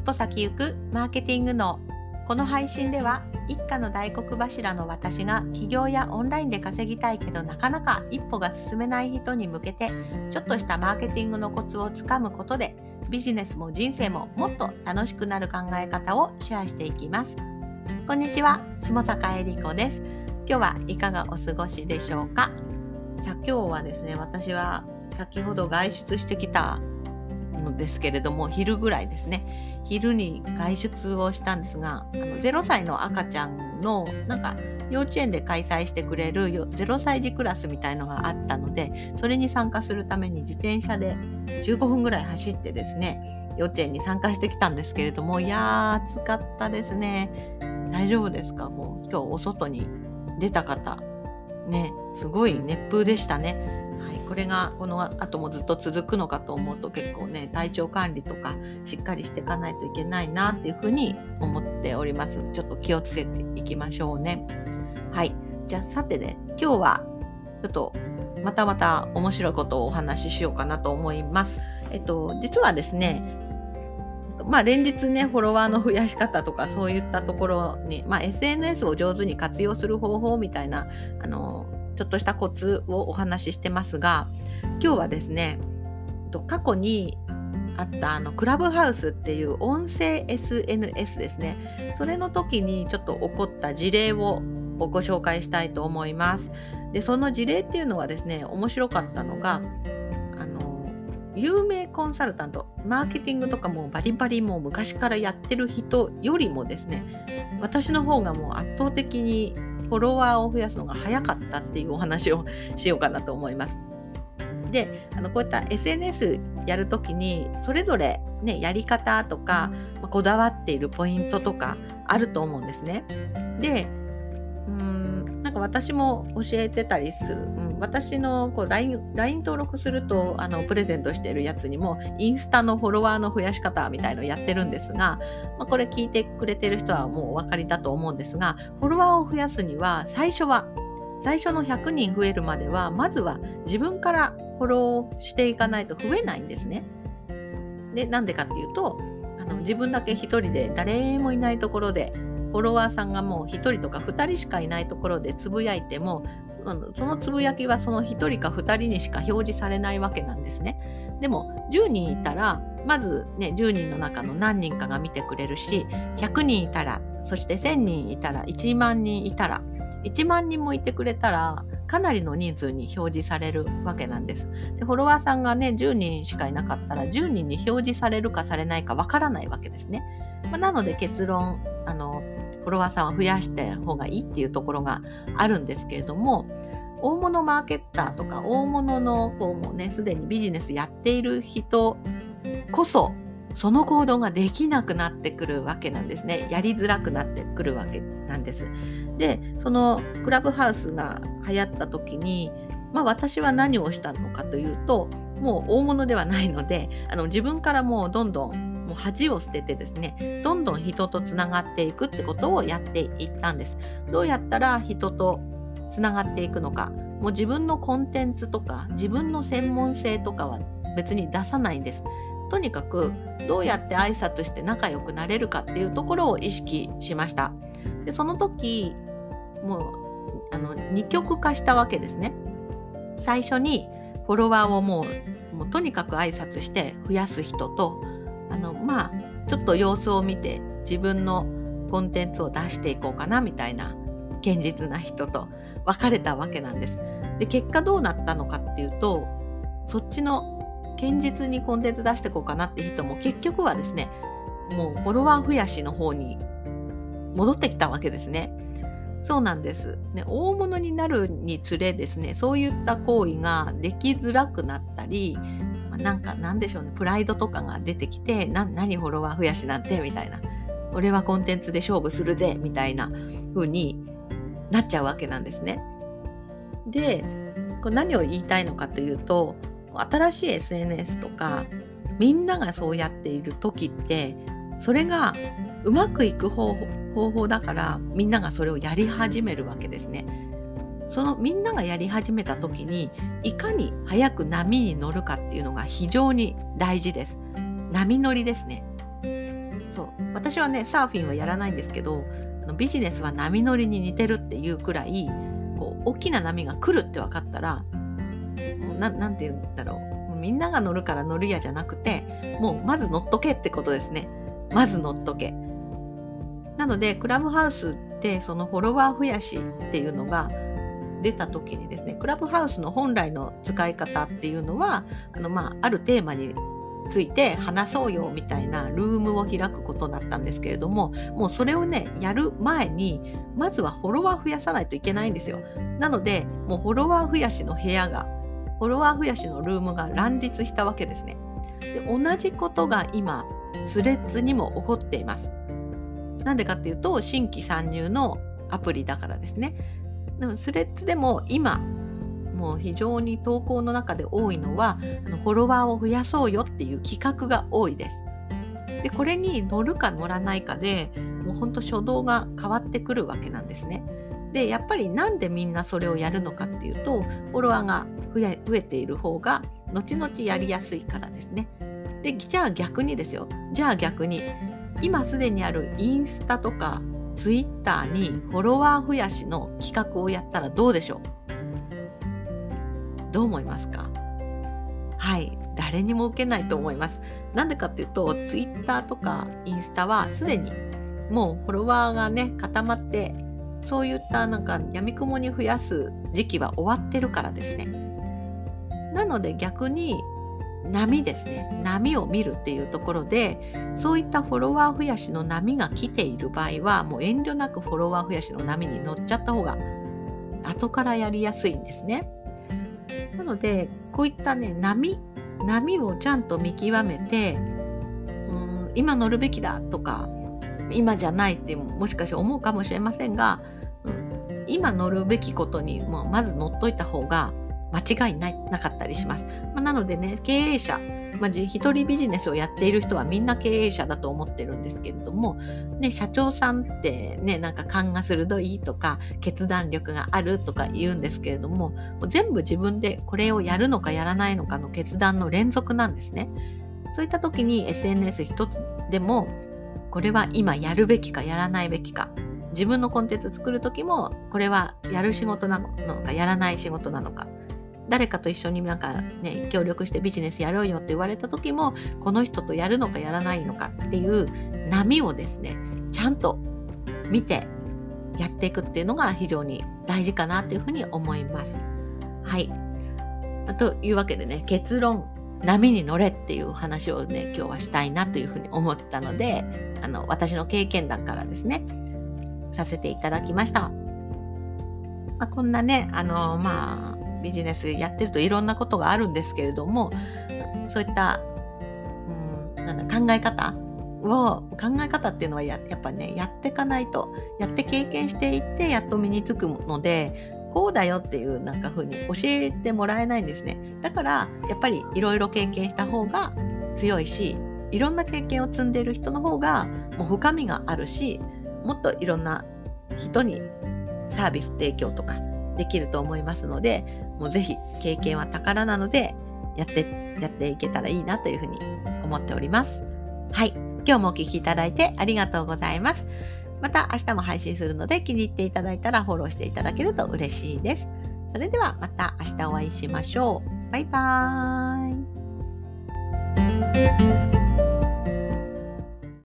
歩先行くマーケティング脳。この配信では一家の大黒柱の私が起業やオンラインで稼ぎたいけどなかなか一歩が進めない人に向けてちょっとしたマーケティングのコツをつかむことでビジネスも人生ももっと楽しくなる考え方をシェアしていきます。こんにちは、下坂恵理子です。今日はいかがお過ごしでしょうか。今日はですね、私は先ほど外出してきたのですけれども、昼ぐらいですね、昼に外出をしたんですが、0歳の赤ちゃんの幼稚園で開催してくれる0歳児クラスみたいのがあったので、それに参加するために自転車で15分ぐらい走ってですね、幼稚園に参加してきたんですけれども、いやー暑かったですね。大丈夫ですか？もう今日お外に出た方ね、すごい熱風でしたね。これがこの後もずっと続くのかと思うと結構ね、体調管理とかしっかりしていかないといけないなっていうふうに思っております。ちょっと気をつけていきましょうね。はい。じゃあさてね、今日はちょっとまた面白いことをお話ししようかなと思います。実はですね、連日ね、フォロワーの増やし方とかそういったところに、SNS を上手に活用する方法みたいな、ちょっとしたコツをお話ししてますが、今日はですね、過去にあったクラブハウスっていう音声 SNS ですね。それの時にちょっと起こった事例をご紹介したいと思います。で、その事例っていうのはですね、面白かったのが、有名コンサルタント、マーケティングとかもバリバリもう昔からやってる人よりもですね、私の方がもう圧倒的にフォロワーを増やすのが早かったっていうお話をしようかなと思います。で、こういった SNS やるときにそれぞれね、やり方とか、こだわっているポイントとかあると思うんですね。で、私も教えてたりする。私のLINE 登録するとプレゼントしているやつにもインスタのフォロワーの増やし方みたいのをやってるんですが、これ聞いてくれてる人はもうお分かりだと思うんですが、フォロワーを増やすには最初の100人増えるまではまずは自分からフォローしていかないと増えないんですね。で、なんでかっていうと自分だけ一人で誰もいないところでフォロワーさんがもう1人とか2人しかいないところでつぶやいても、そのつぶやきはその1人か2人にしか表示されないわけなんですね。でも10人いたらまずね、10人の中の何人かが見てくれるし、100人いたら、そして1000人いたら、1万人いたら、1万人もいてくれたらかなりの人数に表示されるわけなんです。で、フォロワーさんがね、10人しかいなかったら10人に表示されるかされないかわからないわけですね。なので結論、フォロワーさんは増やした方がいいっていうところがあるんですけれども、大物マーケッターとか大物のもうね、すでにビジネスやっている人こそその行動ができなくなってくるわけなんですね。やりづらくなってくるわけなんです。で、そのクラブハウスが流行った時に、私は何をしたのかというと、もう大物ではないので、自分からもうどんどんもう恥を捨ててですね、どんどん人とつながっていくってことをやっていったんです。どうやったら人とつながっていくのか、もう自分のコンテンツとか自分の専門性とかは別に出さないんです。とにかくどうやって挨拶して仲良くなれるかっていうところを意識しました。で、その時もう二極化したわけですね。最初にフォロワーをもうとにかく挨拶して増やす人と、ちょっと様子を見て自分のコンテンツを出していこうかなみたいな堅実な人と分かれたわけなんです。で、結果どうなったのかっていうと、そっちの堅実にコンテンツ出していこうかなって人も結局はですね、もうフォロワー増やしの方に戻ってきたわけですね。そうなんです。ね、大物になるにつれですね、そういった行為ができづらくなったり、なんでしょうね、プライドとかが出てきて、何フォロワー増やしなんてみたいな、俺はコンテンツで勝負するぜみたいな風になっちゃうわけなんですね。で、何を言いたいのかというと、新しい SNS とかみんながそうやっている時って、それがうまくいく方法だからみんながそれをやり始めるわけですね。そのみんながやり始めた時にいかに早く波に乗るかっていうのが非常に大事です。波乗りですね。そう。 私はねサーフィンはやらないんですけど、ビジネスは波乗りに似てるっていうくらい、大きな波が来るって分かったら、もうなんて言うんだろう、もうみんなが乗るから乗るやじゃなくて、もうまず乗っとけってことですね。まず乗っとけ。なのでクラブハウスってそのフォロワー増やしっていうのが出た時にですね、クラブハウスの本来の使い方っていうのはあるテーマについて話そうよみたいなルームを開くことになったんですけれども、もうそれをねやる前にまずはフォロワー増やさないといけないんですよ。なのでもうフォロワー増やしの部屋が、フォロワー増やしのルームが乱立したわけですね。で、同じことが今スレッズにも起こっています。なんでかっていうと、新規参入のアプリだからですね。でもスレッズでも今もう非常に投稿の中で多いのは、フォロワーを増やそうよっていう企画が多いです。で、これに乗るか乗らないかでもう本当初動が変わってくるわけなんですね。で、やっぱりなんでみんなそれをやるのかっていうと、フォロワーが増えている方が後々やりやすいからですね。で、じゃあ逆にですよ。じゃあ逆に今すでにあるインスタとかツイッターにフォロワー増やしの企画をやったらどうでしょう？どう思いますか？はい、誰にも受けないと思います。なんでかっていうと、ツイッターとかインスタはすでにもうフォロワーがね固まって、そういった闇雲に増やす時期は終わってるからですね。なので逆に波ですね。波を見るっていうところで、そういったフォロワー増やしの波が来ている場合は、もう遠慮なくフォロワー増やしの波に乗っちゃった方が後からやりやすいんですね。なのでこういったね波をちゃんと見極めて、今乗るべきだとか今じゃないってもしかして思うかもしれませんが、今乗るべきことにまず乗っといた方が間違いなかったりします。なのでね、経営者、一人ビジネスをやっている人はみんな経営者だと思ってるんですけれども、ね、社長さんってね、勘が鋭いとか決断力があるとか言うんですけれども、もう全部自分でこれをやるのかやらないのかの決断の連続なんですね。そういった時に SNS 一つでもこれは今やるべきかやらないべきか、自分のコンテンツ作る時もこれはやる仕事なのかやらない仕事なのか、誰かと一緒に協力してビジネスやろうよって言われた時もこの人とやるのかやらないのかっていう波をですねちゃんと見てやっていくっていうのが非常に大事かなというふうに思います。はい。というわけでね、結論、波に乗れっていう話をね今日はしたいなというふうに思ったので、私の経験談からですねさせていただきました。こんなねビジネスやってるといろんなことがあるんですけれども、そういった考え方っていうのはやっぱねやっていかないと、やって経験していってやっと身につくので、こうだよっていう風に教えてもらえないんですね。だからやっぱりいろいろ経験した方が強いし、いろんな経験を積んでいる人の方がもう深みがあるし、もっといろんな人にサービス提供とかできると思いますので、もうぜひ経験は宝なのでやっていけたらいいなというふうに思っております。はい、今日もお聞きいただいてありがとうございます。また明日も配信するので、気に入っていただいたらフォローしていただけると嬉しいです。それではまた明日お会いしましょう。バイバーイ。